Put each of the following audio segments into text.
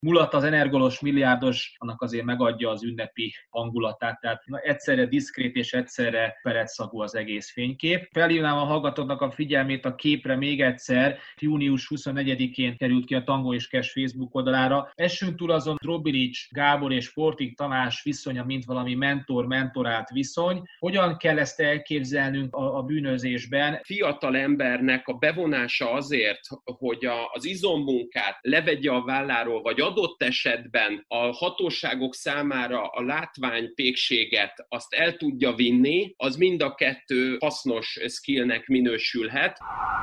mulat az energolos milliárdos, annak azért megadja az ünnepi hangulatát. Tehát egyszerre diszkrét és egyszerre perecszagú az egész fénykép. Felhívnám a hallgatóknak a figyelmét a képre még egyszer. Június 24-én került ki a Tango és Cash Facebook oldalára. Essünk túl azon Drobilics Gábor és Fortik Tamás viszonya, mint valami mentor-mentorált viszony. Hogyan kell ezt elképzelnünk a bűnözésben? Fiatal embernek a bevonása azért, hogy az izommunkát levegye a válláról, vagy adott esetben a hatóságok számára a látványpékséget azt el tudja vinni, az mind a kettő hasznos skillnek minősülhet.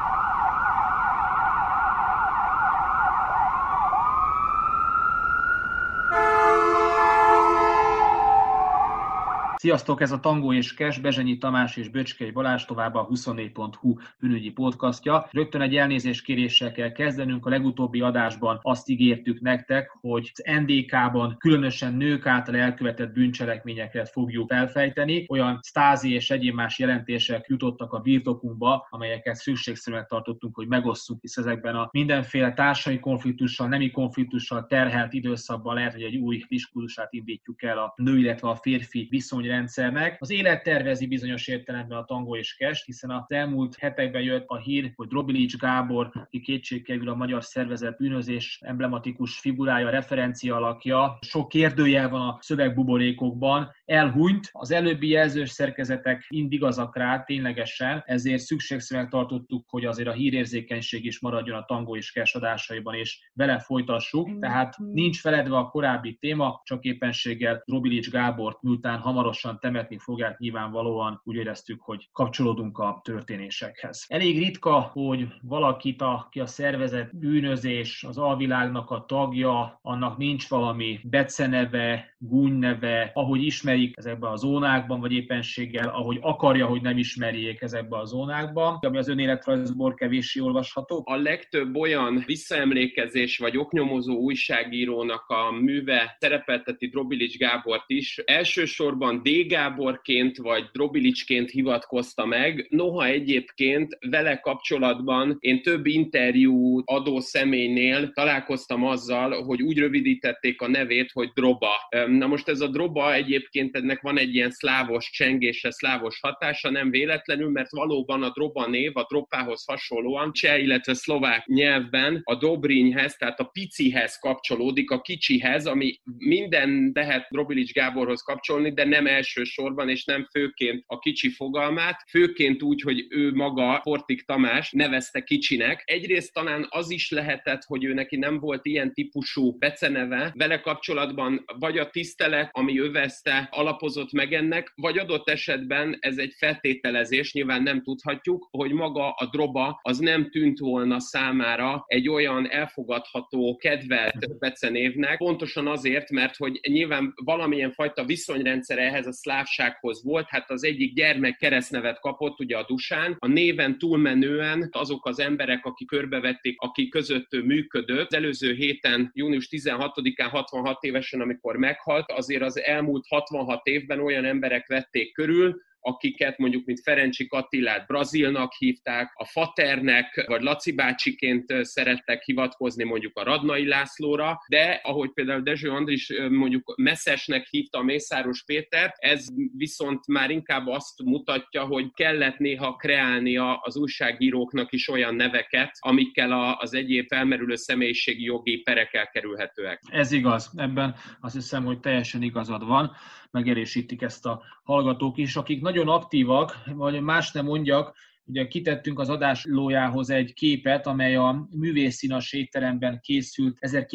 Sziasztok, ez a Tango és Cash, Bezsenyi Tamás és Böcskei Balázs, továbbá a 24.hu bűnügyi podcastja. Rögtön egy elnézéskéréssel kell kezdenünk. A legutóbbi adásban azt ígértük nektek, hogy az NDK-ban különösen nők által elkövetett bűncselekményeket fogjuk felfejteni. Olyan Stasi és egyéb más jelentések jutottak a birtokunkba, amelyeket szükségszerűen tartottunk, hogy megosszuk, hisz ezekben a mindenféle társai konfliktussal, nemi konfliktussal terhelt időszakban lehet, hogy egy új diskurzusát indítjuk el a nő, illetve a férfi viszonyrendszernek. Az élet tervezi bizonyos értelemben a Tango és Cash, hiszen az elmúlt hetekben jött a hír, hogy Drobilics Gábor, aki kétségkívül a magyar szervezett bűnözés emblematikus figurája, referencia alakja, sok kérdőjel van a szövegbuborékokban, elhunyt. Az előbbi jelzős szerkezetek mind igazak rá, ténylegesen, ezért szükségszerűen tartottuk, hogy azért a hírérzékenység is maradjon a Tango és Cash adásaiban, és vele folytassuk. Tehát nincs feledve a korábbi téma, csak éppenséggel Drobilics Gábort miután hamarosan temetni fogják, nyilvánvalóan úgy éreztük, hogy kapcsolódunk a történésekhez. Elég ritka, hogy valakit, aki a szervezett bűnözés, az alvilágnak a tagja, annak nincs valami beceneve, gúnyneve, ahogy ismerik ezekben a zónákban, vagy éppenséggel, ahogy akarja, hogy nem ismerjék ezekben a zónákban, ami az önéletrajzból kevéssé olvasható. A legtöbb olyan visszaemlékezés vagy oknyomozó újságírónak a műve szerepelteti Drobilics Gábort is. Elsősorban D. Gáborként vagy Drobilicsként hivatkozta meg, noha egyébként vele kapcsolatban én több interjú adó személynél találkoztam azzal, hogy úgy rövidítették a nevét, hogy Droba. Na most ez a Droba egyébként ennek van egy ilyen szlávos csengése, szlávos hatása, nem véletlenül, mert valóban a Droba név a Dropához hasonlóan cseh, illetve szlovák nyelvben a Dobrinyhez, tehát a picihez kapcsolódik, a kicsihez, ami minden lehet Drobilics Gáborhoz kapcsolni, de nem elsősorban és nem főként a kicsi fogalmát, főként úgy, hogy ő maga, Fortik Tamás nevezte kicsinek. Egyrészt talán az is lehetett, hogy ő neki nem volt ilyen típusú beceneve, vele kapcsolatban vagy a tisztelet, ami övezte, alapozott meg ennek, vagy adott esetben ez egy feltételezés, nyilván nem tudhatjuk, hogy maga a Droba az nem tűnt volna számára egy olyan elfogadható, kedvelt becenévnek, pontosan azért, mert hogy nyilván valamilyen fajta viszonyrendszer ehhez a szlávsághoz volt, hát az egyik gyermek keresztnevet kapott, ugye a Dusán, a néven túlmenően azok az emberek, akik körbevették, akik között működött, az előző héten, június 16-án 66 évesen, amikor meghalt, azért az elmúlt 66 évben olyan emberek vették körül, akiket mondjuk, mint Ferencsik Attilát Brazilnak hívták, a Faternek, vagy Laci bácsiként szerettek hivatkozni mondjuk a Radnai Lászlóra, de ahogy például Dezső Andris mondjuk Messzesnek hívta a Mészáros Pétert, ez viszont már inkább azt mutatja, hogy kellett néha kreálnia az újságíróknak is olyan neveket, amikkel az egyéb felmerülő személyiségi jogi perek elkerülhetőek. Ez igaz, ebben azt hiszem, hogy teljesen igazad van, megerősítik ezt a hallgatók is, akik nagyon aktívak, vagy más nem mondjak, ugye kitettünk az adáslójához egy képet, amely a Művészszínas étteremben készült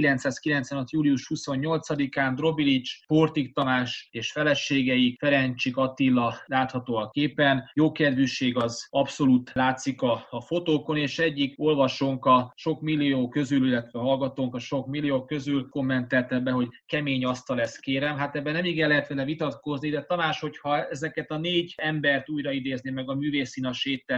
1996. július 28-án. Drobilics, Fortik Tamás és feleségei, Ferencsik Attila látható a képen. Jókedvűség az abszolút látszik a fotókon, és egyik olvasónk a sok millió közül, illetve hallgatónk a sok millió közül kommentelte be, hogy kemény asztal lesz, kérem. Hát ebben nem igen lehet vele vitatkozni, de Tamás, hogyha ezeket a 4 embert újraidézni meg a Művészszínas étterem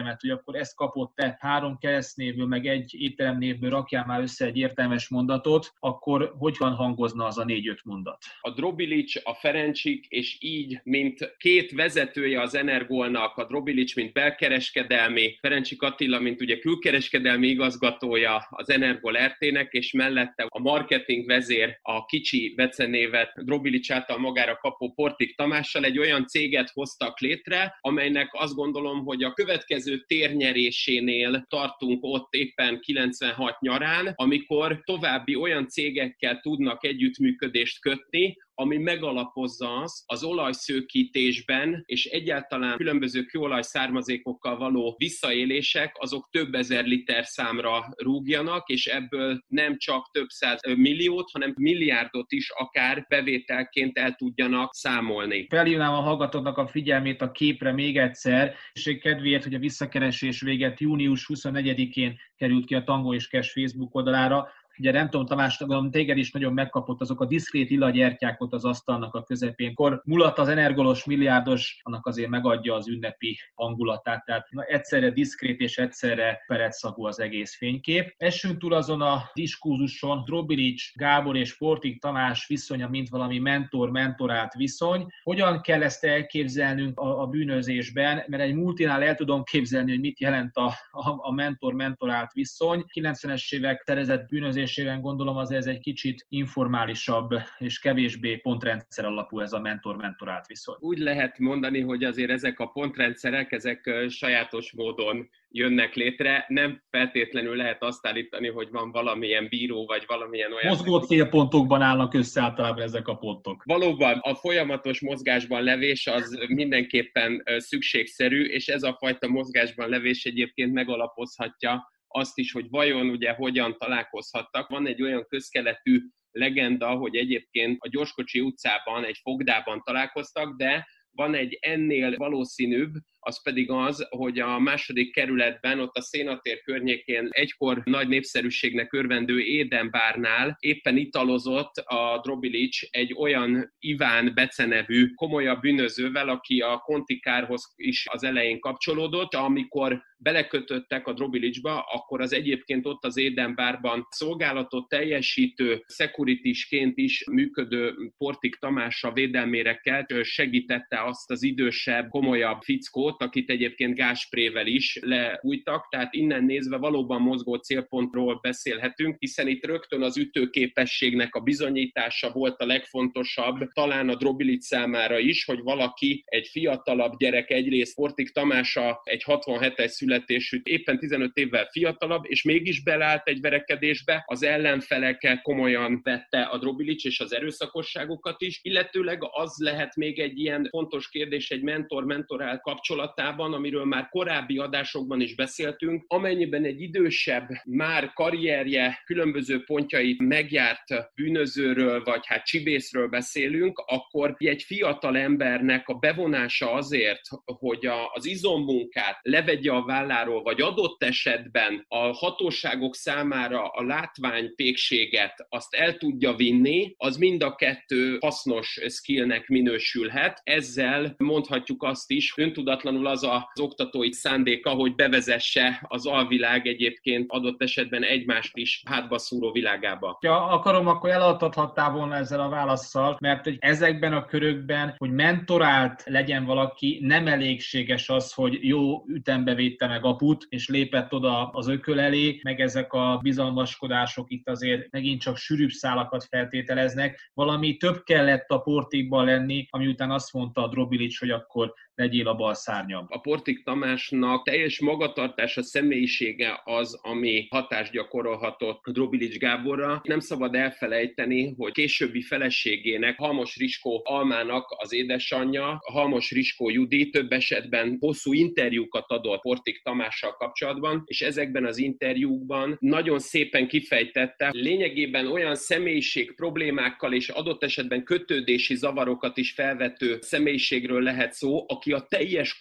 figyelmet, hogy akkor ezt kapott te 3 keresztnévből, meg 1 étteremnévből, rakjál már össze egy értelmes mondatot, akkor hogyan hangozna az a 4-5 mondat? A Drobilic, a Ferencsik, és így, mint 2 vezetője az Energolnak, a Drobilic, mint belkereskedelmi, Ferencsik Attila, mint ugye külkereskedelmi igazgatója az Energol RT-nek, és mellette a marketing vezér, a kicsi becenévet Drobilic által magára kapó Portik Tamással egy olyan céget hoztak létre, amelynek azt gondolom, hogy a következő térnyerésénél tartunk ott éppen 96 nyarán, amikor további olyan cégekkel tudnak együttműködést kötni, ami megalapozza azt az olajszőkítésben, és egyáltalán különböző kőolaj származékokkal való visszaélések, azok több ezer liter számra rúgjanak, és ebből nem csak több 100 milliót, hanem milliárdot is akár bevételként el tudjanak számolni. Felhívnám a hallgatóknak a figyelmét a képre még egyszer, és kedvéért, hogy a visszakeresés véget június 24-én került ki a Tango & Cash Facebook oldalára. Ugye nem tudom, Tamás, gondolom, téged is nagyon megkapott azok a diszkrét lila gyertyák ott az asztalnak a közepén. Akkor mulat az energolos, milliárdos, annak azért megadja az ünnepi hangulatát. Tehát egyszerre diszkrét és egyszerre perecszagú az egész fénykép. Essünk túl azon a diskurzuson Drobilic, Gábor és Portik Tamás viszonya, mint valami mentor-mentorált viszony. Hogyan kell ezt elképzelnünk a bűnözésben? Mert egy multinál el tudom képzelni, hogy mit jelent a mentor-mentorált viszony. 90-es évek szerezett bűnözés gondolom az ez egy kicsit informálisabb és kevésbé pontrendszer alapú ez a mentor-mentorált viszony. Úgy lehet mondani, hogy azért ezek a pontrendszerek, ezek sajátos módon jönnek létre. Nem feltétlenül lehet azt állítani, hogy van valamilyen bíró, vagy valamilyen olyan... Mozgó célpontokban állnak össze általában ezek a pontok. Valóban a folyamatos mozgásban levés az mindenképpen szükségszerű, és ez a fajta mozgásban levés egyébként megalapozhatja azt is, hogy vajon ugye hogyan találkozhattak. Van egy olyan közkeletű legenda, hogy egyébként a Gyorskocsi utcában, egy fogdában találkoztak, de van egy ennél valószínűbb, az pedig az, hogy a 2. kerületben, ott a Szénatér környékén egykor nagy népszerűségnek örvendő Éden bárnál éppen italozott a Drobilic egy olyan Iván Bece nevű komolyabb bűnözővel, aki a Kontikárhoz is az elején kapcsolódott. Amikor belekötöttek a Drobilicba, akkor az egyébként ott az Éden bárban szolgálatot teljesítő, securitisként is működő Portik Tamás a védelmére kelt, segítette azt az idősebb, komolyabb fickót, akit egyébként gázsprével is lehújtak, tehát innen nézve valóban mozgó célpontról beszélhetünk, hiszen itt rögtön az ütőképességnek a bizonyítása volt a legfontosabb, talán a Drobilic számára is, hogy valaki, egy fiatalabb gyerek, egyrészt Portik Tamása egy 67-es születésű, éppen 15 évvel fiatalabb, és mégis beleállt egy verekedésbe, az ellenfeleket komolyan vette a Drobilic és az erőszakosságokat is, illetőleg az lehet még egy ilyen fontos kérdés egy mentor-mentorált kapcsolatában, amiről már korábbi adásokban is beszéltünk, amennyiben egy idősebb, már karrierje különböző pontjait megjárt bűnözőről, vagy hát csibészről beszélünk, akkor egy fiatal embernek a bevonása azért, hogy az izommunkát levegye a válláról, vagy adott esetben a hatóságok számára a látványpékséget azt el tudja vinni, az mind a kettő hasznos skillnek minősülhet. Ezzel mondhatjuk azt is, öntudatlanul az az oktatói szándéka, hogy bevezesse az alvilág egyébként adott esetben egymást is hátba szúró világába. Ha akarom, akkor eladhattál volna ezzel a válasszal, mert hogy ezekben a körökben, hogy mentorált legyen valaki, nem elégséges az, hogy jó ütembe védte meg aput, és lépett oda az ököl elé, meg ezek a bizalmaskodások itt azért megint csak sűrűbb szálakat feltételeznek. Valami több kellett a Portikban lenni, ami után azt mondta a Drobilic, hogy akkor legyél a bal szárnyam. A Portik Tamásnak teljes magatartása, személyisége az, ami hatást gyakorolhatott Drobilic Gáborra. Nem szabad elfelejteni, hogy későbbi feleségének, Halmos Riskó Almának az édesanyja, Halmos Riskó Judi több esetben hosszú interjúkat adott Portik Tamással kapcsolatban, és ezekben az interjúkban nagyon szépen kifejtette, lényegében olyan személyiség problémákkal és adott esetben kötődési zavarokat is felvető személyiségről lehet szó, aki a teljes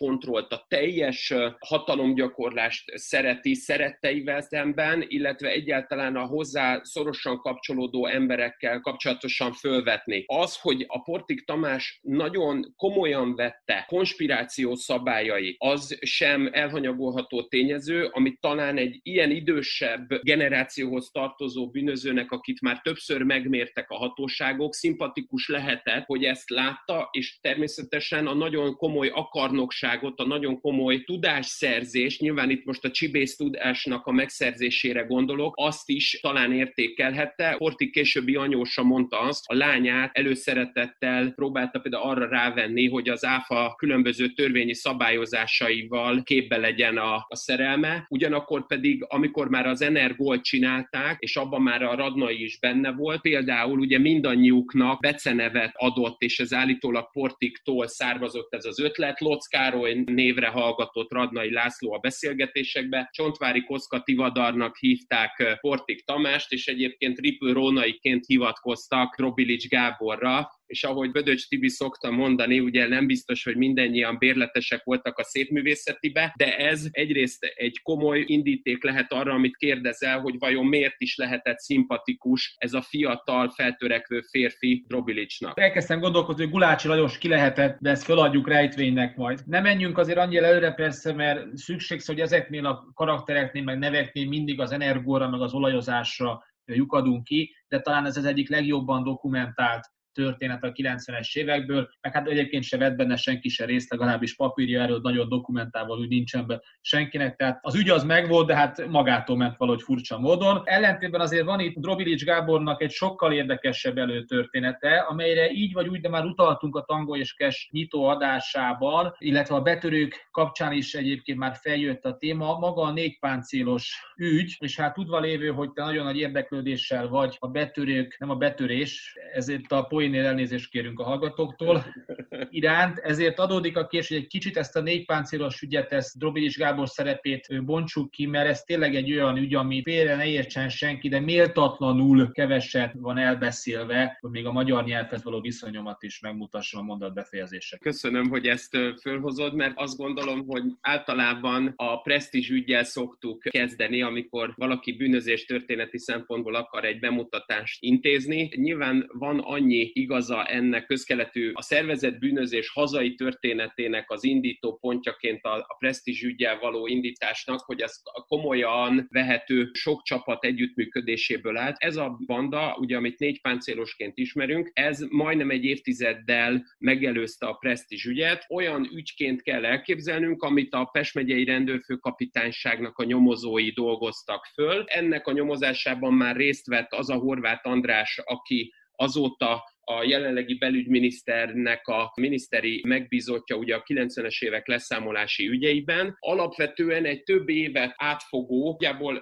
kontrollt, a teljes hatalomgyakorlást szeretteivel szemben, illetve egyáltalán a hozzá szorosan kapcsolódó emberekkel kapcsolatosan fölvetni. Az, hogy a Portik Tamás nagyon komolyan vette konspiráció szabályai, az sem elhanyagolható tényező, amit talán egy ilyen idősebb generációhoz tartozó bűnözőnek, akit már többször megmértek a hatóságok, szimpatikus lehetett, hogy ezt látta, és természetesen a nagyon komoly akarnokságot, a nagyon komoly tudásszerzés, nyilván itt most a csibész tudásnak a megszerzésére gondolok, azt is talán értékelhette. Portik későbbi anyósa mondta azt, a lányát előszeretettel próbálta például arra rávenni, hogy az ÁFA különböző törvényi szabályozásaival képbe legyen a szerelme. Ugyanakkor pedig, amikor már az Energolt csinálták, és abban már a Radnai is benne volt, például ugye mindannyiuknak becenevet adott, és ez állítólag Portiktól származott ez az ötlet. Lotz Károly névre hallgatott Radnai László a beszélgetésekbe. Csontvári Koszka Tivadarnak hívták Portik Tamást, és egyébként Ripl Rónaiként hivatkoztak Drobilics Gáborra, és ahogy Bödöcs Tibi szokta mondani, ugye nem biztos, hogy mindannyian bérletesek voltak a szépművészetibe, de ez egyrészt egy komoly indíték lehet arra, amit kérdezel, hogy vajon miért is lehetett szimpatikus ez a fiatal, feltörekvő férfi Drobilicsnak. Elkezdtem gondolkozni, hogy Gulácsi Lajos ki lehetett, de ezt feladjuk rejtvénynek majd. Nem menjünk azért annyira előre persze, mert szükséges, hogy ezeknél a karaktereknél, meg neveknél mindig az energóra, meg az olajozásra lyukadunk ki, de talán ez az egyik legjobban dokumentált történet a 90-es évekből, meg hát egyébként se vett benne senki se részt, legalábbis papírja erről nagyon dokumentálva, hogy nincsen be senkinek, tehát az ügy az megvolt, de hát magától ment valahogy furcsa módon. Ellentétben azért van itt Drobilics Gábornak egy sokkal érdekesebb előtörténete, amelyre így vagy úgy, de már utaltunk a Tango és Cash nyitó adásában, illetve a betörők kapcsán is egyébként már feljött a téma, maga a 4 páncélos ügy, és hát tudva lévő, hogy te nagyon nagy érdeklődéssel vagy a betörők, nem a betörés, ezért a poénnél elnézést kérünk a hallgatóktól iránt, ezért adódik a kérdés, hogy egy kicsit ezt a 4 páncélos ügyet, ezt Drobilics Gábor szerepét bontsuk ki, mert ez tényleg egy olyan ügy, ami félre ne értsen senki, de méltatlanul keveset van elbeszélve, hogy még a magyar nyelvhez való viszonyomat is megmutassam a mondat befejezések. Köszönöm, hogy ezt fölhozod, mert azt gondolom, hogy általában a presztízs üggyel szoktuk kezdeni, amikor valaki bűnözés történeti szempontból akar egy bemutatást intézni. Nyilván van annyi igaza ennek közkeletű a szervezett bűnözés hazai történetének az indító pontjaként a presztízs üggyel való indításnak, hogy ez komolyan vehető sok csapat együttműködéséből állt. Ez a banda, ugye amit 4 páncélosként ismerünk, ez majdnem egy évtizeddel megelőzte a presztízs ügyet. Olyan ügyként kell elképzelnünk, amit a Pest megyei rendőrfőkapitányságnak a nyomozói dolgoztak föl. Ennek a nyomozásában már részt vett az a Horváth András, aki azóta a jelenlegi belügyminiszternek a miniszteri megbízottja ugye a 90-es évek leszámolási ügyeiben. Alapvetően egy több évet átfogó, nagyjából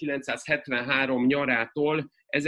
1973 nyarától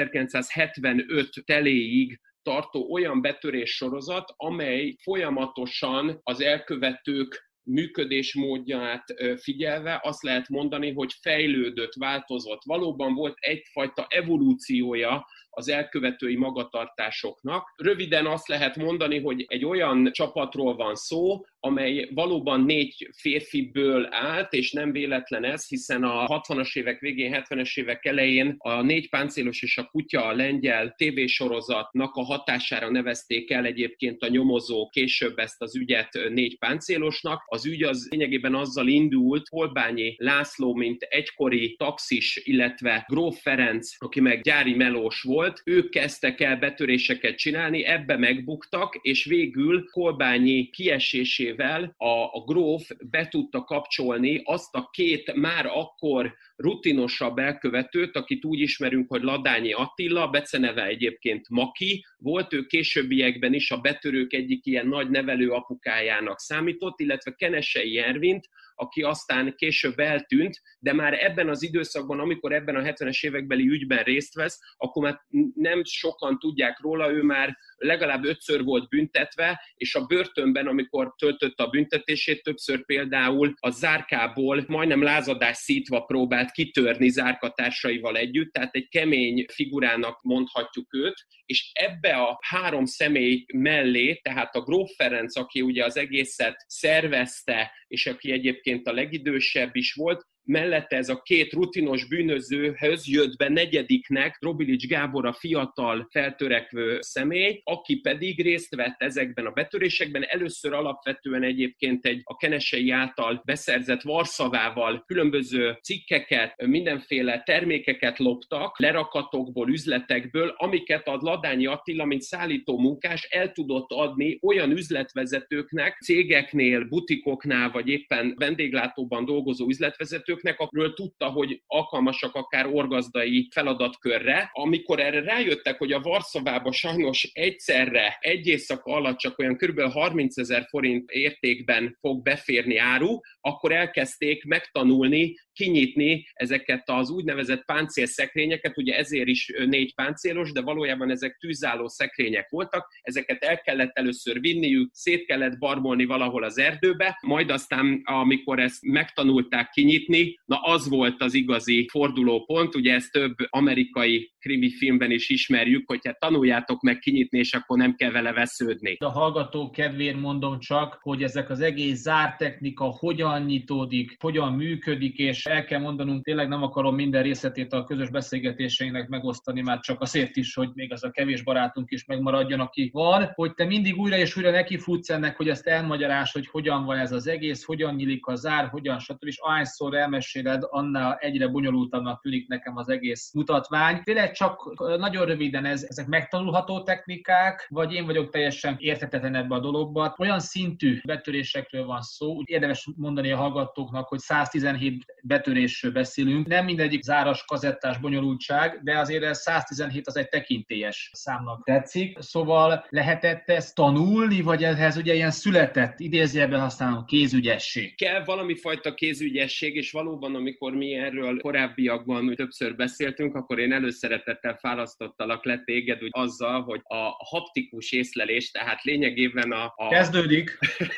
1975 teléig tartó olyan betörés sorozat, amely folyamatosan az elkövetők működésmódját figyelve azt lehet mondani, hogy fejlődött, változott. Valóban volt egyfajta evolúciója az elkövetői magatartásoknak. Röviden azt lehet mondani, hogy egy olyan csapatról van szó, amely valóban 4 férfiből állt, és nem véletlen ez, hiszen a 60-as évek végén, 70-es évek elején a 4 páncélos és a Kutya, a lengyel tévésorozatnak a hatására nevezték el egyébként a nyomozók később ezt az ügyet 4 páncélosnak. Az ügy az lényegében azzal indult, Holbányi László, mint egykori taxis, illetve Gróf Ferenc, aki meg gyári melós volt, ők kezdtek el betöréseket csinálni, ebbe megbuktak, és végül Holbányi kiesésével a gróf be tudta kapcsolni azt a 2 már akkor rutinosabb elkövetőt, akit úgy ismerünk, hogy Ladányi Attila, beceneve egyébként Maki volt, ő későbbiekben is a betörők egyik ilyen nagy nevelő apukájának számított, illetve Kenesei Ervint, aki aztán később eltűnt, de már ebben az időszakban, amikor ebben a 70-es évekbeli ügyben részt vesz, akkor már nem sokan tudják róla, ő már legalább 5-ször volt büntetve, és a börtönben, amikor töltötte a büntetését, többször például a zárkából majdnem lázadás szítva próbált kitörni zárkatársaival együtt, tehát egy kemény figurának mondhatjuk őt, és ebbe a 3 személy mellé, tehát a Gróf Ferenc, aki ugye az egészet szervezte, és aki egyébként a legidősebb is volt, mellette ez a két rutinos bűnözőhöz jött be negyediknek Drobilics Gábor, a fiatal feltörekvő személy, aki pedig részt vett ezekben a betörésekben. Először alapvetően egyébként a Kenesei által beszerzett varszavával különböző cikkeket, mindenféle termékeket loptak, lerakatokból, üzletekből, amiket a Ladányi Attila, mint szállító munkás el tudott adni olyan üzletvezetőknek, cégeknél, butikoknál, vagy éppen vendéglátóban dolgozó üzletvezetőknek, akről tudta, hogy alkalmasak akár orgazdai feladatkörre. Amikor erre rájöttek, hogy a Varszavába sajnos egyszerre, egy éjszaka alatt csak olyan kb. 30 000 forint értékben fog beférni áru, akkor elkezdték megtanulni, kinyitni ezeket az úgynevezett páncélszekrényeket, ugye ezért is 4 páncélos, de valójában ezek tűzálló szekrények voltak, ezeket el kellett először vinniük, szét kellett barmolni valahol az erdőbe, majd aztán, amikor ezt megtanulták kinyitni, na az volt az igazi fordulópont, ugye ezt több amerikai krimi filmben is ismerjük, hogy hát tanuljátok meg kinyitni, és akkor nem kell vele vesződni. A hallgató kedvéért mondom csak, hogy ezek az egész zártechnika hogyan nyitódik, hogyan működik, és el kell mondanunk, tényleg nem akarom minden részletét a közös beszélgetéseinknek megosztani, már csak azért is, hogy még az a kevés barátunk is megmaradjon, aki van, hogy te mindig újra és újra nekifutsz ennek, hogy ezt elmagyarázd, hogy hogyan van ez az egész, hogyan nyílik a zár, hogyan stb. És ahányszor elmeséled, annál egyre bonyolultabbnak tűnik nekem az egész mutatvány. Tényleg csak nagyon röviden ezek megtanulható technikák, vagy én vagyok teljesen érthetetlen ebbe a dologba. Olyan szintű betörésekről van szó, úgy érdemes mondani a hallgatóknak, hogy 117 betörésről beszélünk. Nem mindegyik záras, kazettás bonyolultság, de azért ez 117 az egy tekintélyes számnak tetszik. Szóval lehetett ezt tanulni, vagy ehhez ugye ilyen született, idézőjelben használom, kézügyesség? Kell valami fajta kézügyesség, és valóban, amikor mi erről korábbiakban többször beszéltünk, akkor én előszeretettel választottalak le téged úgy azzal, hogy a haptikus észlelés, tehát lényegében Kezdődik.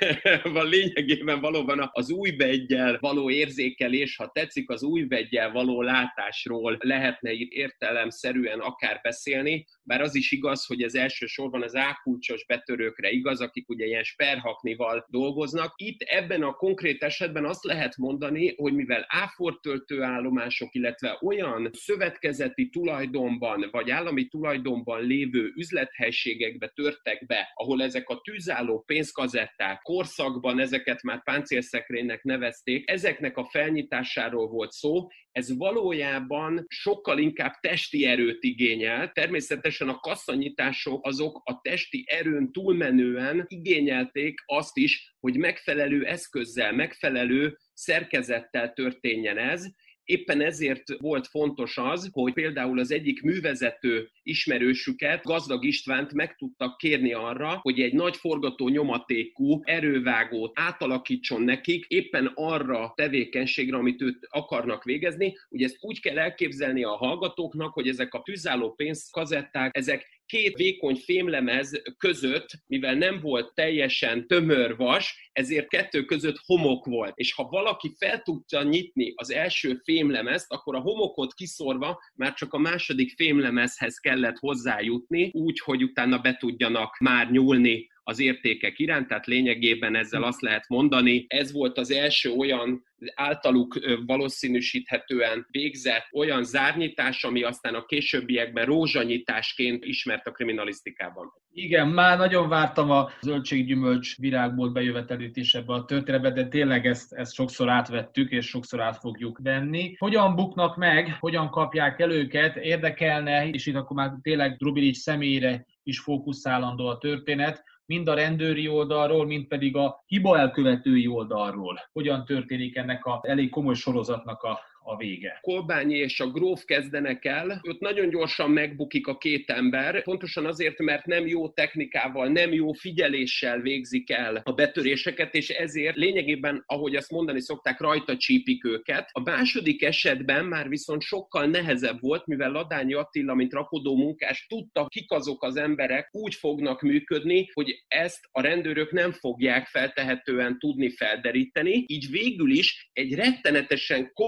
lényegében valóban az újbeggyel való érzékelés, ha tetszik, az újbeggyel való látásról lehetne itt értelemszerűen akár beszélni, bár az is igaz, hogy ez elsősorban az ákulcsos betörőkre igaz, akik ugye ilyen sperhaknival dolgoznak. Itt ebben a konkrét esetben azt lehet mondani, hogy mivel áfortöltőállomások, illetve olyan szövetkezeti tulajdonban vagy állami tulajdonban lévő üzlethelységekbe törtek be, ahol ezek a tűzálló pénzkazetták korszakban ezeket már páncélszekrénynek nevezték, ezeknek a felnyitásáról volt szó. Ez valójában sokkal inkább testi erőt igényel. Természetesen a kasszanyitások azok a testi erőn túlmenően igényelték azt is, hogy megfelelő eszközzel, megfelelő szerkezettel történjen ez. Éppen ezért volt fontos az, hogy például az egyik művezető ismerősüket, Gazdag Istvánt meg tudtak kérni arra, hogy egy nagy forgató nyomatékú erővágót átalakítson nekik éppen arra tevékenységre, amit őt akarnak végezni. Ugye ezt úgy kell elképzelni a hallgatóknak, hogy ezek a tűzálló pénzkazetták, ezek 2 vékony fémlemez között, mivel nem volt teljesen tömör vas, ezért 2 között homok volt. És ha valaki fel tudta nyitni az első fémlemezt, akkor a homokot kiszorva már csak a második fémlemezhez kellett hozzájutni, úgy, hogy utána be tudjanak már nyúlni az értékek iránt, tehát lényegében ezzel azt lehet mondani, ez volt az első olyan általuk valószínűsíthetően végzett olyan zárnyitás, ami aztán a későbbiekben rózsanyitásként ismert a kriminalisztikában. Igen, már nagyon vártam a zöldséggyümölcs virágbolt bejövetelét is ebbe a történetbe, de tényleg ezt sokszor átvettük, és sokszor át fogjuk venni. Hogyan buknak meg, hogyan kapják el őket, érdekelne, és itt akkor már tényleg Drobilics személyére is fókuszálandó a történet, mind a rendőri oldalról, mind pedig a hiba elkövetői oldalról. Hogyan történik ennek a elég komoly sorozatnak a vége? Kolbányi és a gróf kezdenek el, őt nagyon gyorsan megbukik a 2 ember, pontosan azért, mert nem jó technikával, nem jó figyeléssel végzik el a betöréseket, és ezért lényegében, ahogy azt mondani szokták, rajta csípik őket. A második esetben már viszont sokkal nehezebb volt, mivel Ladányi Attila, mint rakodó munkás, tudta, kik azok az emberek úgy fognak működni, hogy ezt a rendőrök nem fogják feltehetően tudni felderíteni, így végül is egy rettenetesen komoly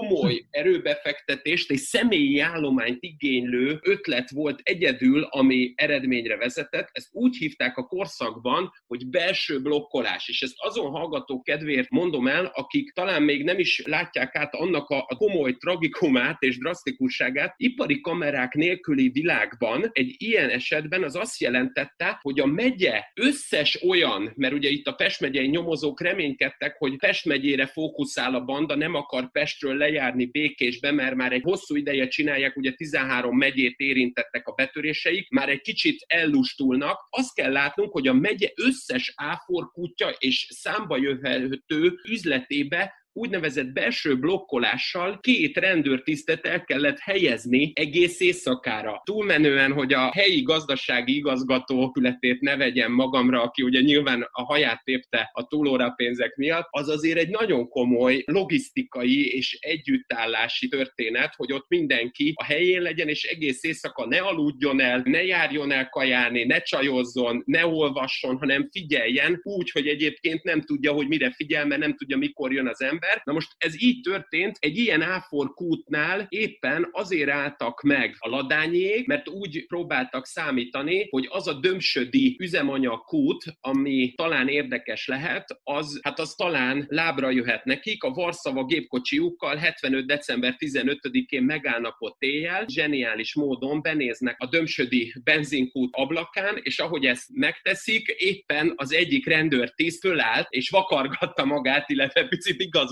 erőbefektetést, egy személyi állományt igénylő ötlet volt egyedül, ami eredményre vezetett. Ezt úgy hívták a korszakban, hogy belső blokkolás. És ezt azon hallgatók kedvéért mondom el, akik talán még nem is látják át annak a komoly tragikumát és drasztikusságát. Ipari kamerák nélküli világban egy ilyen esetben az azt jelentette, hogy a megye összes olyan, mert ugye itt a Pest megyei nyomozók reménykedtek, hogy Pest megyére fókuszál a banda, nem akar Pestről lejárni Békésbe, mert már egy hosszú ideje csinálják, ugye 13 megyét érintettek a betöréseik, már egy kicsit ellustulnak. Azt kell látnunk, hogy a megye összes áforkútja és számba jöhető üzletébe úgynevezett belső blokkolással 2 rendőrtisztet el kellett helyezni egész éjszakára. Túlmenően, hogy a helyi gazdasági igazgató ületét ne vegyem magamra, aki ugye nyilván a haját tépte a túlórapénzek miatt, az azért egy nagyon komoly logisztikai és együttállási történet, hogy ott mindenki a helyén legyen, és egész éjszaka ne aludjon el, ne járjon el kajálni, ne csajozzon, ne olvasson, hanem figyeljen úgy, hogy egyébként nem tudja, hogy mire figyel, mert nem tudja, mikor jön az ember. Na most ez így történt, egy ilyen áforkútnál éppen azért álltak meg a ladányiék, mert úgy próbáltak számítani, hogy az a dömsödi üzemanyagkút, ami talán érdekes lehet, az talán lábra jöhet nekik. A Varszava gépkocsiukkal 75. december 15-én megállnak ott éjjel, zseniális módon benéznek a dömsödi benzinkút ablakán, és ahogy ezt megteszik, éppen az egyik rendőrtiszt fölállt, és vakargatta magát, illetve picit igazgatta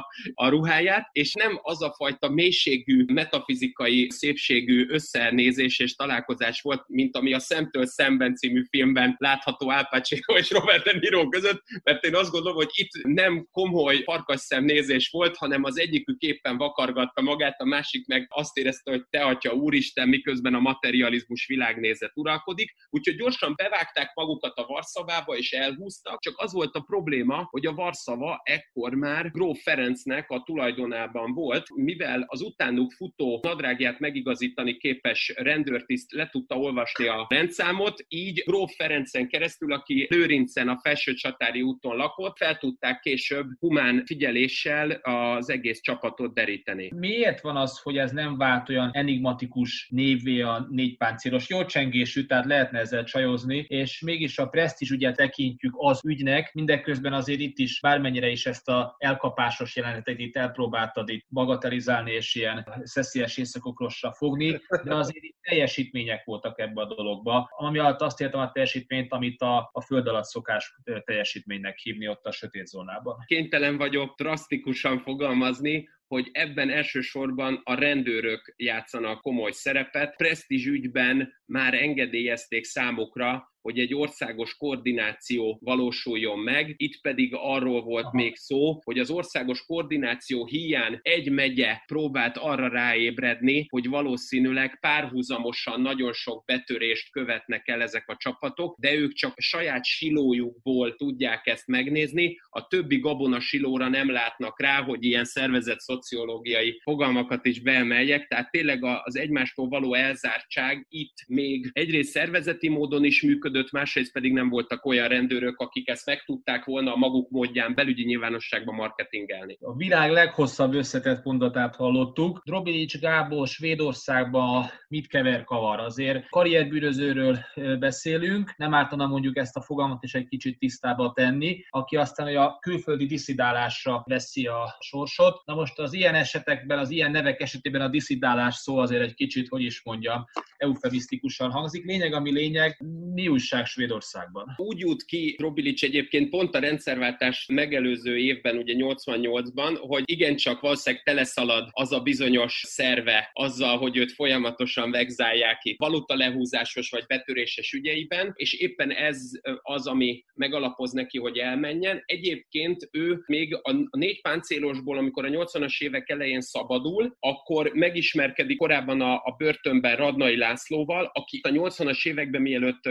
a ruháját, és nem az a fajta mélységű, metafizikai szépségű összenézés és találkozás volt, mint ami a Szemtől szemben című filmben látható Al Pacino és Robert De Niro között, mert én azt gondolom, hogy itt nem komoly farkasszemnézés volt, hanem az egyikük éppen vakargatta magát, a másik meg azt érezte, hogy te atya úristen, miközben a materializmus világnézet uralkodik, úgyhogy gyorsan bevágták magukat a Varszavába és elhúztak, csak az volt a probléma, hogy a Varszava ekkor már Gróf Ferencnek a tulajdonában volt, mivel az utánuk futó nadrágját megigazítani képes rendőrtiszt le tudta olvasni a rendszámot, így Gróf Ferencen keresztül, aki Lőrincen a Felsőcsatári úton lakott, fel tudták később humán figyeléssel az egész csapatot deríteni. Miért van az, hogy ez nem vált olyan enigmatikus névvé a négypáncélos? Jó csengésű, tehát lehetne ezzel csajozni, és mégis a presztízs ugye tekintjük az ügynek, mindeközben azért itt is, bármennyire is ezt a elkapásos jelenetet itt elpróbáltad itt bagatelizálni és ilyen szeszélyes éjszakokrosra fogni, de azért itt teljesítmények voltak ebbe a dologba. Ami alatt azt értem a teljesítményt, amit a föld alatt szokás teljesítménynek hívni ott a sötét zónában. Kénytelen vagyok drasztikusan fogalmazni, hogy ebben elsősorban a rendőrök játszanak komoly szerepet. Presztízs ügyben már engedélyezték számukra, hogy egy országos koordináció valósuljon meg. Itt pedig arról volt még szó, hogy az országos koordináció híján egy megye próbált arra ráébredni, hogy valószínűleg párhuzamosan nagyon sok betörést követnek el ezek a csapatok, de ők csak saját silójukból tudják ezt megnézni. A többi gabonasilóra nem látnak rá, hogy ilyen szervezett szociológiai fogalmakat is beemeljek, tehát tényleg az egymástól való elzártság itt még egyrészt szervezeti módon is működött, másrészt pedig nem voltak olyan rendőrök, akik ezt meg tudták volna a maguk módján belügyi nyilvánosságban marketingelni. A világ leghosszabb összetett mondatát hallottuk. Drobilics Gábor Svédországban mit kever-kavar? Azért karrierbűnözőről beszélünk, nem ártana mondjuk ezt a fogalmat is egy kicsit tisztába tenni, aki aztán a külföldi disszidálásra veszi a sorsot. Na most az ilyen esetekben, az ilyen nevek esetében a disszidálás szó azért egy kicsit, hogy is mondjam, eufemisztikusan hangzik. Lényeg, ami lényeg, mi újság Svédországban? Úgy jut ki Drobilics egyébként pont a rendszerváltás megelőző évben, ugye 88-ban, hogy igencsak valószínűleg teleszalad az a bizonyos szerve azzal, hogy őt folyamatosan vegzálják itt valutalehúzásos vagy betöréses ügyeiben, és éppen ez az, ami megalapoz neki, hogy elmenjen. Egyébként ő még a négy páncélosból, amikor a 80-as évek elején szabadul, akkor megismerkedik korábban a börtönben Radnai Lászlóval, aki a 80-as években mielőtt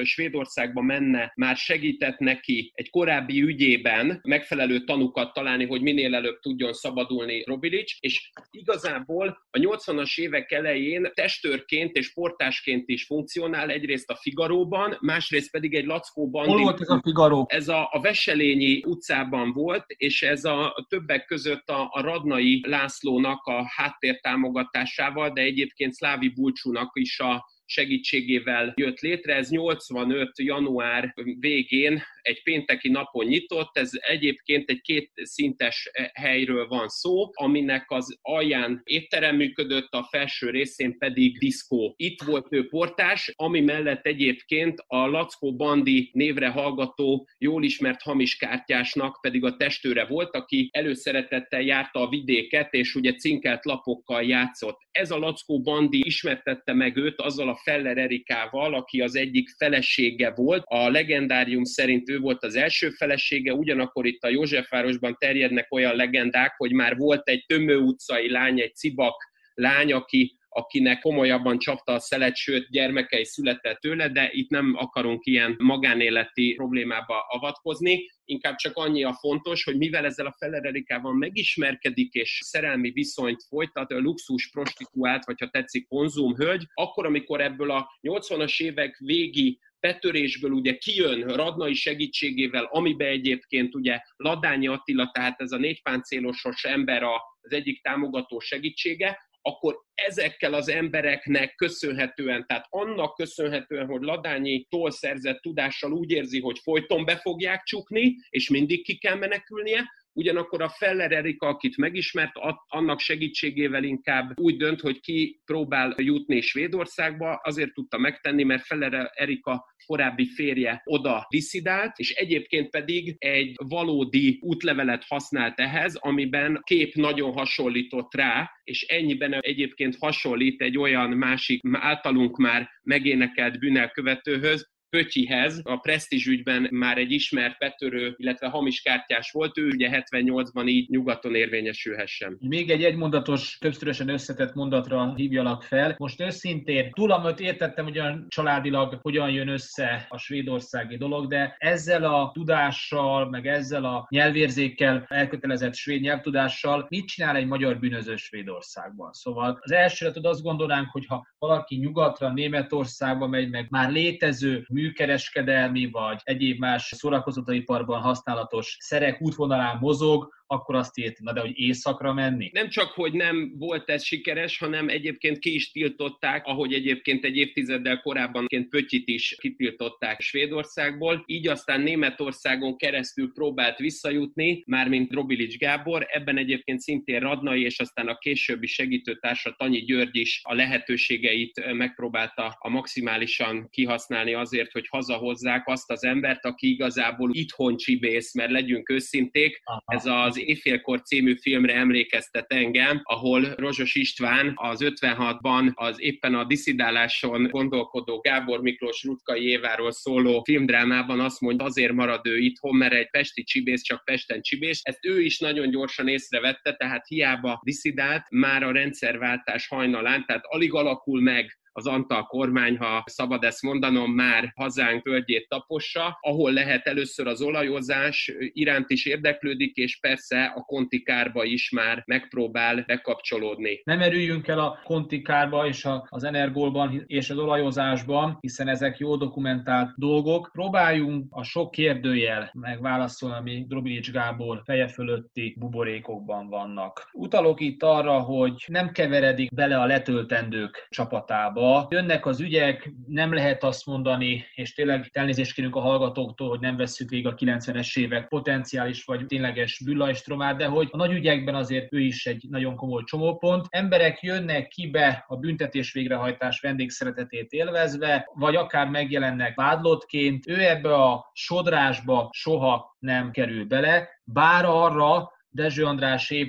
Svédországba menne, már segített neki egy korábbi ügyében megfelelő tanukat találni, hogy minél előbb tudjon szabadulni Drobilic, és igazából a 80-as évek elején testőrként és portásként is funkcionál, egyrészt a Figaróban, másrészt pedig egy Lackó Bandi. Hol volt ez a Figaro? Ez a Veselényi utcában volt, és ez a többek között a Radnai Lászlónak a háttértámogatásával, de egyébként Szlávi Bulcsúnak is a segítségével jött létre. Ez 85. január végén egy pénteki napon nyitott, ez egyébként egy kétszintes helyről van szó, aminek az alján étterem működött, a felső részén pedig diszkó. Itt volt ő portás, ami mellett egyébként a Lackó Bandi névre hallgató, jól ismert hamiskártyásnak pedig a testőre volt, aki előszeretettel járta a vidéket, és ugye cinkelt lapokkal játszott. Ez a Lackó Bandi ismertette meg őt azzal a Feller Erikával, aki az egyik felesége volt. A legendárium szerint ő volt az első felesége, ugyanakkor itt a Józsefvárosban terjednek olyan legendák, hogy már volt egy Tömő utcai lány, egy Cibak lány, akinek komolyabban csapta a szelet, sőt gyermekei született tőle, de itt nem akarunk ilyen magánéleti problémába avatkozni. Inkább csak annyi a fontos, hogy mivel ezzel a Feller Erikával megismerkedik és szerelmi viszonyt folytat, a luxus prostituált, vagy ha tetszik konzumhölgy, akkor, amikor ebből a 80-as évek végi betörésből ugye kijön Radnai segítségével, amiben egyébként ugye Ladányi Attila, tehát ez a négypáncélosos ember az egyik támogató segítsége, akkor ezekkel az embereknek köszönhetően, tehát annak köszönhetően, hogy Ladányi-tól szerzett tudással úgy érzi, hogy folyton be fogják csukni, és mindig ki kell menekülnie, ugyanakkor a Feller Erika, akit megismert, annak segítségével inkább úgy dönt, hogy ki próbál jutni Svédországba, azért tudta megtenni, mert Feller Erika korábbi férje oda disszidált, és egyébként pedig egy valódi útlevelet használt ehhez, amiben kép nagyon hasonlított rá, és ennyiben egyébként hasonlít egy olyan másik általunk már megénekelt bűnelkövetőhöz, Pötyihez, a Presztízs ügyben már egy ismert betörő, illetve hamiskártyás volt, ő ugye 78-ban így nyugaton érvényesülhessen. Még egy egymondatos, többszörösen összetett mondatra hívjalak fel. Most őszintén, túl amit értettem, hogy olyan családilag hogyan jön össze a svédországi dolog, de ezzel a tudással, meg ezzel a nyelvérzékkel elkötelezett svéd nyelvtudással mit csinál egy magyar bűnöző Svédországban? Szóval az elsőre azt gondolnánk, hogy ha valaki nyugatra, Németországba megy, meg már létező műkereskedelmi vagy egyéb más szórakoztatóiparban használatos szerek útvonalán mozog, akkor azt írtam, na de hogy északra menni? Nem csak, hogy nem volt ez sikeres, hanem egyébként ki is tiltották, ahogy egyébként egy évtizeddel korábban Pöttyit is kitiltották Svédországból, így aztán Németországon keresztül próbált visszajutni, mármint Drobilic Gábor, ebben egyébként szintén Radnai és aztán a későbbi segítőtársa Tanyi György is a lehetőségeit megpróbálta a maximálisan kihasználni azért, hogy hazahozzák azt az embert, aki igazából itthon csibész, mert legyünk őszinték, ez az Éjfélkor című filmre emlékeztet engem, ahol Rozsos István az 56-ban az éppen a disszidáláson gondolkodó Gábor Miklós Rutkai Éváról szóló filmdrámában azt mondja, azért marad ő itthon, mert egy pesti csibész csak Pesten csibész. Ezt ő is nagyon gyorsan észrevette, tehát hiába disszidált már a rendszerváltás hajnalán, tehát alig alakul meg az Antal kormány, ha szabad ezt mondanom, már hazánk földjét tapossa, ahol lehet először az olajozás iránt is érdeklődik, és persze a kontikárba is már megpróbál bekapcsolódni. Nem erüljünk el a kontikárba és az Energolban és az olajozásban, hiszen ezek jó dokumentált dolgok. Próbáljunk a sok kérdőjel megválaszolni, ami Drobilic Gábor feje fölötti buborékokban vannak. Utalok itt arra, hogy nem keveredik bele a letöltendők csapatába. Jönnek az ügyek, nem lehet azt mondani, és tényleg elnézést kérünk a hallgatóktól, hogy nem vesszük végig a 90-es évek potenciális vagy tényleges bűnlajstromát, de hogy a nagy ügyekben azért ő is egy nagyon komoly csomópont. Emberek jönnek ki be a büntetés végrehajtás vendégszeretetét élvezve, vagy akár megjelennek vádlottként. Ő ebbe a sodrásba soha nem kerül bele, bár arra Dezső András épp a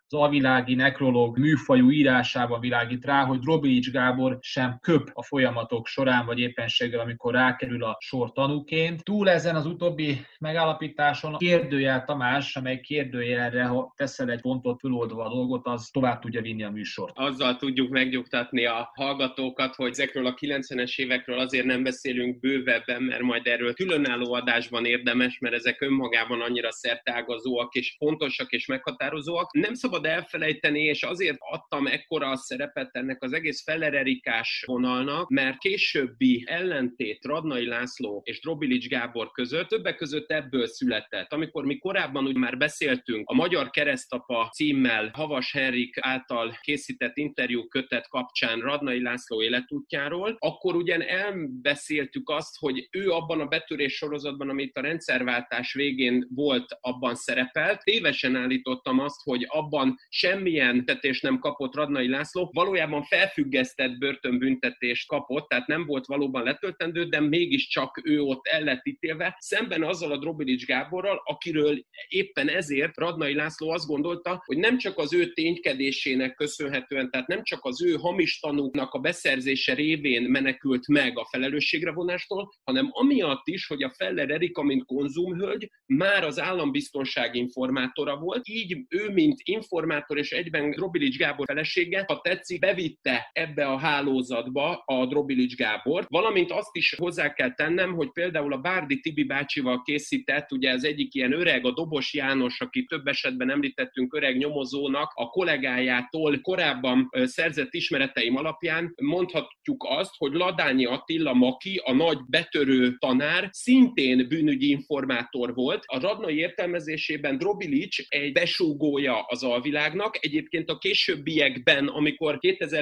alvilági nekrológ műfajú írásában világít rá, hogy Drobilics Gábor sem köp a folyamatok során, vagy éppenséggel, amikor rákerül a sor tanúként. Túl ezen az utóbbi megállapításon kérdőjel Tamás, amely kérdőjelre, ha teszel egy pontot föloldva a dolgot, az tovább tudja vinni a műsort. Azzal tudjuk megnyugtatni a hallgatókat, hogy ezekről a 90-es évekről azért nem beszélünk bővebben, mert majd erről különálló adásban érdemes, mert ezek önmagában annyira szerteágazóak és fontosak és meghatározóak. Nem szabad elfelejteni, és azért adtam ekkora szerepet ennek az egész Feller Erikás vonalnak, mert későbbi ellentét Radnai László és Drobilics Gábor között többek között ebből született. Amikor mi korábban úgy már beszéltünk a Magyar Keresztapa címmel Havas Henrik által készített interjúkötet kapcsán Radnai László életútjáról, akkor ugyan elbeszéltük azt, hogy ő abban a betörés sorozatban, amit a rendszerváltás végén volt, abban szerepelt. Tévesen állítottam azt, hogy abban semmilyen tetést nem kapott Radnai László, valójában felfüggesztett börtönbüntetést kapott, tehát nem volt valóban letöltendő, de mégiscsak ő ott el lett ítélve, szemben azzal a Drobilics Gáborral, akiről éppen ezért Radnai László azt gondolta, hogy nem csak az ő ténykedésének köszönhetően, tehát nem csak az ő hamis tanúknak a beszerzése révén menekült meg a felelősségre vonástól, hanem amiatt is, hogy a Feller Erika, mint konzumhölgy, már az állambiztonság informátora volt, így ő, mint informátor és egyben Drobilics Gábor felesége, ha tetszik, bevitte ebbe a hálózatba a Drobilics Gábort, valamint azt is hozzá kell tennem, hogy például a Bárdi Tibi bácsival készített, ugye az egyik ilyen öreg, a Dobos János, aki több esetben említettünk öreg nyomozónak, a kollégájától korábban szerzett ismereteim alapján mondhatjuk azt, hogy Ladányi Attila Maki, a nagy betörő tanár, szintén bűnügyi informátor volt. A Radnai értelmezésében Drobilics egy besúgója az alvilágnak. Egyébként a későbbiekben, amikor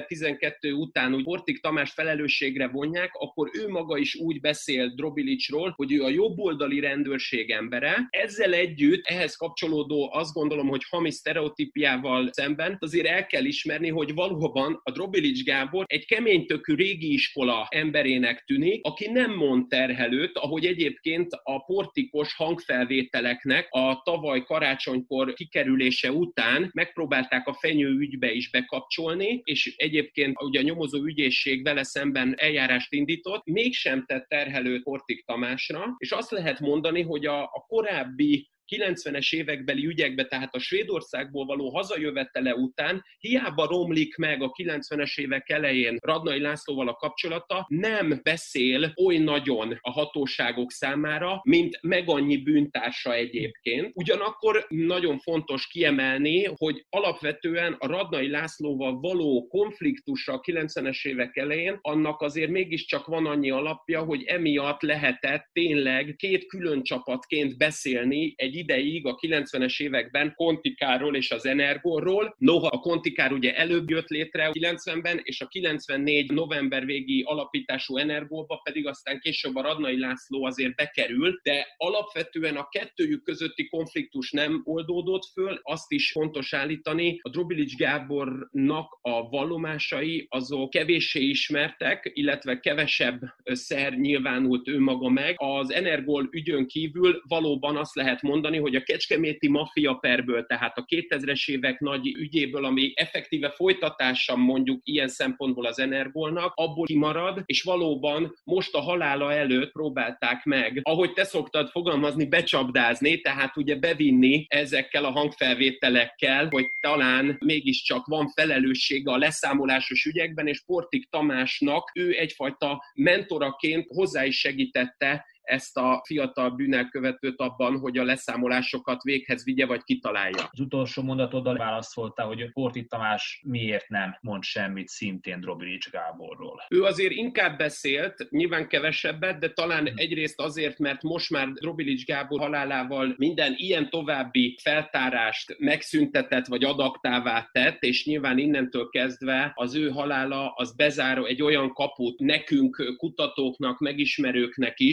2012 után úgy Portik Tamás felelősségre vonják, akkor ő maga is úgy beszél Drobilicsról, hogy ő a jobboldali rendőrség embere. Ezzel együtt, ehhez kapcsolódó azt gondolom, hogy hamis sztereotípiával szemben azért el kell ismerni, hogy valóban a Drobilics Gábor egy keménytökű régi iskola emberének tűnik, aki nem mond terhelőt, ahogy egyébként a portikos hangfelvételeknek a tavaly karácsonykor kikerülése után megpróbálták a Fenyő ügybe is bekapcsolni, és egyébként ugye a nyomozó ügyészség vele szemben eljárást indított, mégsem tett terhelőt Portik Tamásra, és azt lehet mondani, hogy a korábbi 90-es évekbeli ügyekbe, tehát a Svédországból való hazajövetele után hiába romlik meg a 90-es évek elején Radnai Lászlóval a kapcsolata, nem beszél oly nagyon a hatóságok számára, mint meg annyi bűntársa egyébként. Ugyanakkor nagyon fontos kiemelni, hogy alapvetően a Radnai Lászlóval való konfliktusra a 90-es évek elején annak azért mégiscsak van annyi alapja, hogy emiatt lehetett tényleg két külön csapatként beszélni egy ideig a 90-es években Kontikáról és az Energorról. Noha a Kontikár ugye előbb jött létre 90-ben, és a 94 november végi alapítású Energóba pedig aztán később a Radnai László azért bekerült, de alapvetően a kettőjük közötti konfliktus nem oldódott föl. Azt is fontos állítani, a Drobilics Gábornak a vallomásai azok kevéssé ismertek, illetve kevesebb szer nyilvánult ő maga meg. Az Energol ügyön kívül valóban azt lehet mondani, hogy a kecskeméti maffia perből, tehát a 2000-es évek nagy ügyéből, ami effektíve folytatása mondjuk ilyen szempontból az Energolnak, abból kimarad, és valóban most a halála előtt próbálták meg, ahogy te szoktad fogalmazni, becsapdázni, tehát ugye bevinni ezekkel a hangfelvételekkel, hogy talán mégiscsak van felelőssége a leszámolásos ügyekben, és Portik Tamásnak ő egyfajta mentoraként hozzá is segítette ezt a fiatal bűnelkövetőt abban, hogy a leszámolásokat véghez vigye, vagy kitalálja. Az utolsó mondatoddal válaszolta, hogy Portik Tamás miért nem mond semmit szintén Drobilics Gáborról. Ő azért inkább beszélt, nyilván kevesebbet, de talán egyrészt azért, mert most már Drobilics Gábor halálával minden ilyen további feltárást megszüntetett, vagy adaktává tett, és nyilván innentől kezdve az ő halála az bezáró egy olyan kaput nekünk, kutatóknak, megismerőknek is, ami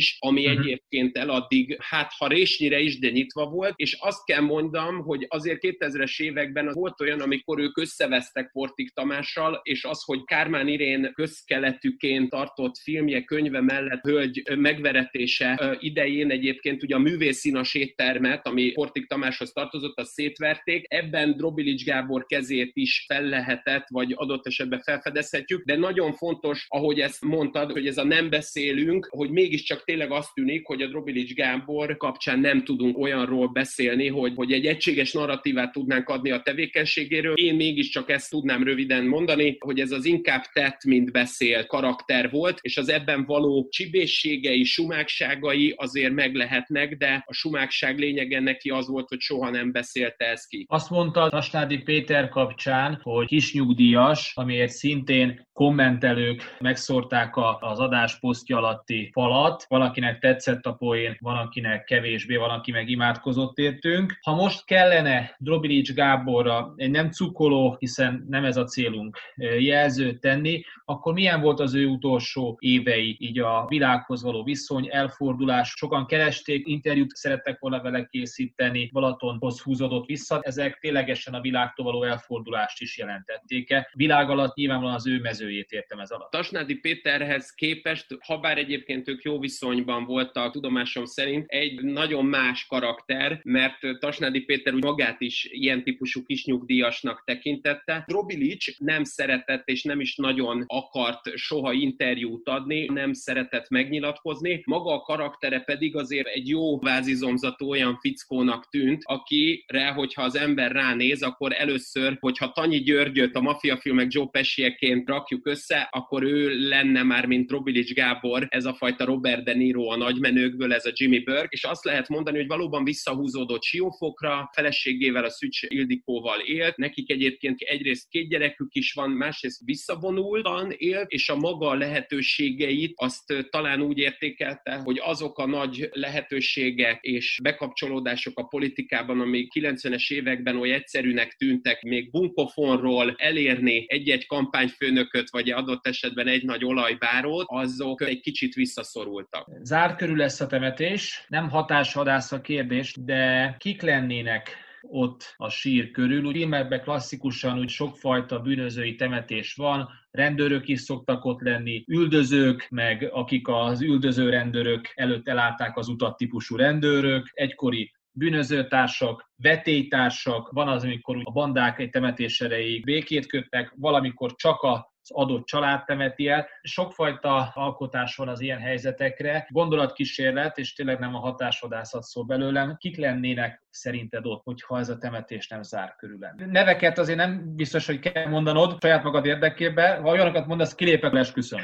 dönteni egyébként el addig, hát ha résnyire is, de nyitva volt, és azt kell mondjam, hogy azért 2000-es években volt olyan, amikor ők összevesztek Portik Tamással, és az, hogy Kármán Irén közkeletűként tartott filmje, könyve mellett hölgy megveretése idején egyébként ugye a művészínas éttermet, ami Portik Tamáshoz tartozott, azt szétverték. Ebben Drobilics Gábor kezét is fel lehetett, vagy adott esetben felfedezhetjük, de nagyon fontos, ahogy ezt mondtad, hogy ez a nem beszélünk, hogy mégiscsak tényleg azt tűnik, hogy a Drobilics Gábor kapcsán nem tudunk olyanról beszélni, hogy egy egységes narratívát tudnánk adni a tevékenységéről. Én mégiscsak ezt tudnám röviden mondani, hogy ez az inkább tett, mint beszélt karakter volt, és az ebben való csibészségei, sumákságai azért meg lehetnek, de a sumákság lényege neki az volt, hogy soha nem beszélte ezt ki. Azt mondta Tasnádi Péter kapcsán, hogy kisnyugdíjas, amiért szintén kommentelők megszórták az adás posztja alatti falat. Valakinek tetszett a poén, van akinek kevésbé, van aki meg imádkozott értünk. Ha most kellene Drobilics Gáborra egy nem cukkoló, hiszen nem ez a célunk, jelzőt tenni, akkor milyen volt az ő utolsó évei, így a világhoz való viszony, elfordulás? Sokan keresték, interjút szerettek volna vele készíteni, Balatonhoz húzódott vissza. Ezek ténylegesen a világtól való elfordulást is jelentették-e? Világ alatt nyilvánvalóan az ő mezőjét értem ez alatt. Tasnádi Péterhez képest, habár egyébként ők jó viszonyban voltak, tudomásom szerint, egy nagyon más karakter, mert Tasnádi Péter úgy magát is ilyen típusú kisnyugdíjasnak tekintette. Drobilics nem szeretett és nem is nagyon akart soha interjút adni, nem szeretett megnyilatkozni. Maga a karaktere pedig azért egy jó vázizomzatú olyan fickónak tűnt, akire, hogyha az ember ránéz, akkor először, hogyha Tanyi Györgyöt a mafiafilmek Joe Pescieként rakjuk össze, akkor ő lenne már, mint Drobilics Gábor, ez a fajta Robert De Niro a nagymenőkből, ez a Jimmy Burke, és azt lehet mondani, hogy valóban visszahúzódott Siófokra, feleségével, a Szücs Ildikóval élt, nekik egyébként egyrészt 2 gyerekük is van, másrészt visszavonultan élt, és a maga lehetőségeit azt talán úgy értékelte, hogy azok a nagy lehetőségek és bekapcsolódások a politikában, amik 90-es években oly egyszerűnek tűntek, még bunkofonról elérni egy-egy kampányfőnököt, vagy adott esetben egy nagy olajbárót, azok egy kicsit visszaszorultak. Zárt körül lesz a temetés, nem hatásvadász a kérdés, de kik lennének ott a sír körül? Úgy filmekben klasszikusan úgy sokfajta bűnözői temetés van, rendőrök is szoktak ott lenni, üldözők, meg akik az üldöző rendőrök előtt elállták az utat típusú rendőrök, egykori bűnözőtársak, vetélytársak, van az, amikor a bandák egy temetés erejéig békét kötnek, valamikor csak az adott család temeti el. Sokfajta alkotás van az ilyen helyzetekre, gondolatkísérlet, és tényleg nem a hatásvadászat szól belőlem. Kik lennének szerinted ott, hogyha ez a temetés nem zár körül lenne? Neveket azért nem biztos, hogy kell mondanod saját magad érdekében. Ha olyanokat mondasz, kilépek le esküszöm.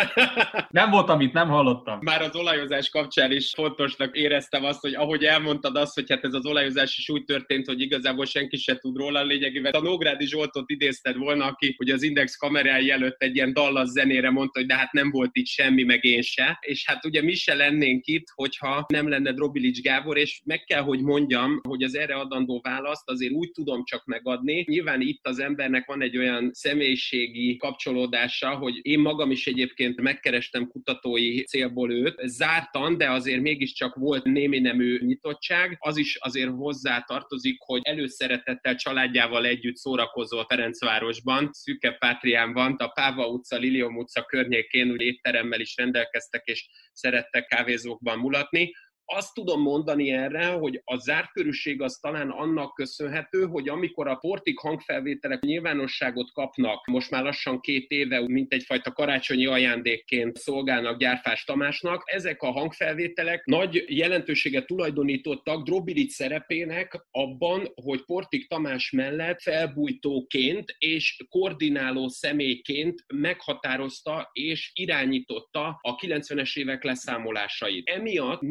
Nem voltam itt, nem hallottam. Már az olajozás kapcsán is fontosnak éreztem azt, hogy ahogy elmondtad azt, hogy hát ez az olajozás is úgy történt, hogy igazából senki se tud róla lényegében. A Nógrádi Zsoltot idézted volna, aki ugye az Index kamerái előtt egy ilyen dallas zenére mondta, hogy de hát nem volt itt semmi, meg én se. És hát ugye mi se lennénk itt, hogyha nem lenne Drobilics Gábor, és meg kell, hogy mondjam, hogy az erre adandó választ azért úgy tudom csak megadni. Nyilván itt az embernek van egy olyan személyiségi kapcsolódása, hogy én magam is egyébként megkerestem kutatói célból őt. Zártan, de azért mégiscsak volt némi nemű nyitottság. Az is azért hozzá tartozik, hogy előszeretettel családjával együtt szórakozott Ferencvárosban, Szűke Pátriánban, a Páva utca, Lilium utca környékén úgy étteremmel is rendelkeztek, és szerettek kávézókban mulatni. Azt tudom mondani erre, hogy a zártkörűség az talán annak köszönhető, hogy amikor a Portik hangfelvételek nyilvánosságot kapnak, most már lassan 2 éve, mint egyfajta karácsonyi ajándékként szolgálnak Gyárfás Tamásnak, ezek a hangfelvételek nagy jelentőséget tulajdonítottak Drobilics szerepének abban, hogy Portik Tamás mellett felbújtóként és koordináló személyként meghatározta és irányította a 90-es évek leszámolásait. Emiatt még nagyobb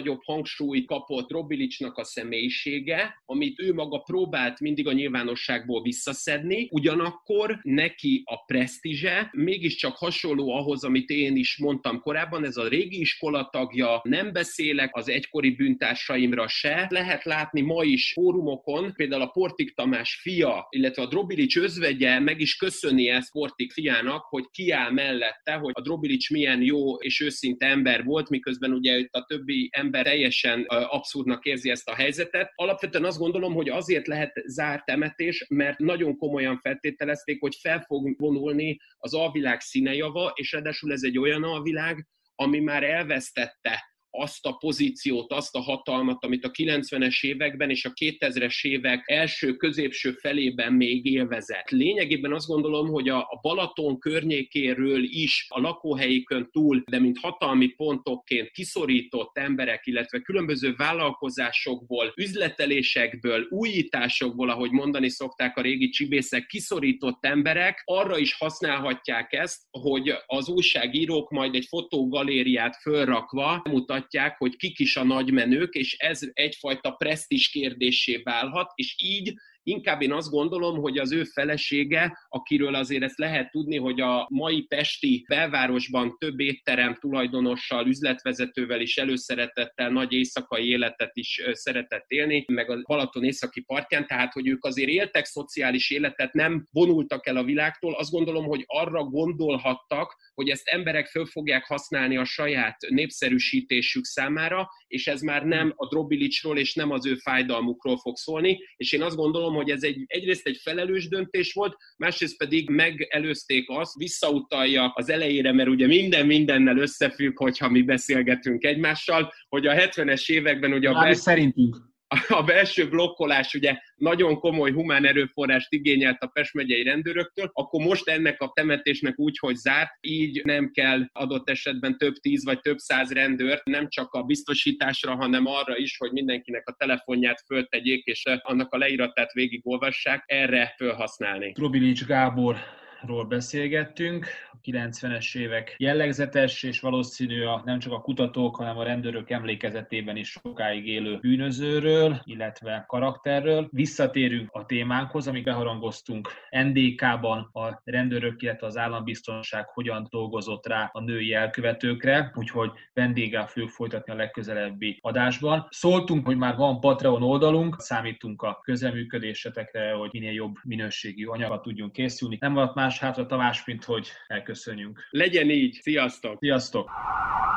nagyobb hangsúlyt kapott Drobilicsnak a személyisége, amit ő maga próbált mindig a nyilvánosságból visszaszedni, ugyanakkor neki a presztízse mégiscsak hasonló ahhoz, amit én is mondtam korábban, ez a régi iskola tagja, nem beszélek az egykori bűntársaimra se. Lehet látni ma is fórumokon, például a Portik Tamás fia, illetve a Drobilics özvegye meg is köszöni ezt Portik fiának, hogy kiáll mellette, hogy a Drobilics milyen jó és őszinte ember volt, miközben ugye itt a többi ember teljesen abszurdnak érzi ezt a helyzetet. Alapvetően azt gondolom, hogy azért lehet zárt temetés, mert nagyon komolyan feltételezték, hogy fel fog vonulni az alvilág színejava, és ráadásul ez egy olyan alvilág, ami már elvesztette azt a pozíciót, azt a hatalmat, amit a 90-es években és a 2000-es évek első, középső felében még élvezett. Lényegében azt gondolom, hogy a Balaton környékéről is a lakóhelyükön túl, de mint hatalmi pontokként kiszorított emberek, illetve különböző vállalkozásokból, üzletelésekből, újításokból, ahogy mondani szokták a régi csibészek, kiszorított emberek arra is használhatják ezt, hogy az újságírók majd egy fotógalériát fölrakva mutatják, hogy kik is a nagymenők, és ez egyfajta presztízs kérdéssé válhat, és így inkább én azt gondolom, hogy az ő felesége, akiről azért ezt lehet tudni, hogy a mai pesti belvárosban több étterem tulajdonossal, üzletvezetővel is előszeretettel nagy éjszakai életet is szeretett élni, meg a Balaton északi partján, tehát hogy ők azért éltek szociális életet, nem vonultak el a világtól, azt gondolom, hogy arra gondolhattak, hogy ezt emberek föl fogják használni a saját népszerűsítésük számára, és ez már nem a Drobilicsról és nem az ő fájdalmukról fog szólni, és én azt gondolom, hogy ez egyrészt egy felelős döntés volt, másrészt pedig megelőzték azt, visszautalja az elejére, mert ugye minden mindennel összefügg, hogyha mi beszélgetünk egymással, hogy a 70-es években ugye a belső blokkolás ugye nagyon komoly humán erőforrást igényelt a Pest megyei rendőröktől, akkor most ennek a temetésnek úgy, hogy zárt, így nem kell adott esetben több 10 vagy több 100 rendőrt, nem csak a biztosításra, hanem arra is, hogy mindenkinek a telefonját föltegyék, és annak a leíratát végigolvassák, erre fölhasználni. Drobilics Gáborról beszélgettünk, a 90-es évek jellegzetes és valószínű nem csak a kutatók, hanem a rendőrök emlékezetében is sokáig élő bűnözőről, illetve karakterről. Visszatérünk a témánkhoz, amit beharangoztunk NDK-ban, a rendőrök, illetve az állambiztonság hogyan dolgozott rá a női elkövetőkre, úgyhogy vendéggel fogjuk folytatni a legközelebbi adásban. Szóltunk, hogy már van Patreon oldalunk, számítunk a közreműködésetekre, hogy minél jobb minőségű anyagot tudjunk készülni. Nem volt más hátra, Tamás, mint hogy elköszönjünk. Legyen így! Sziasztok! Sziasztok!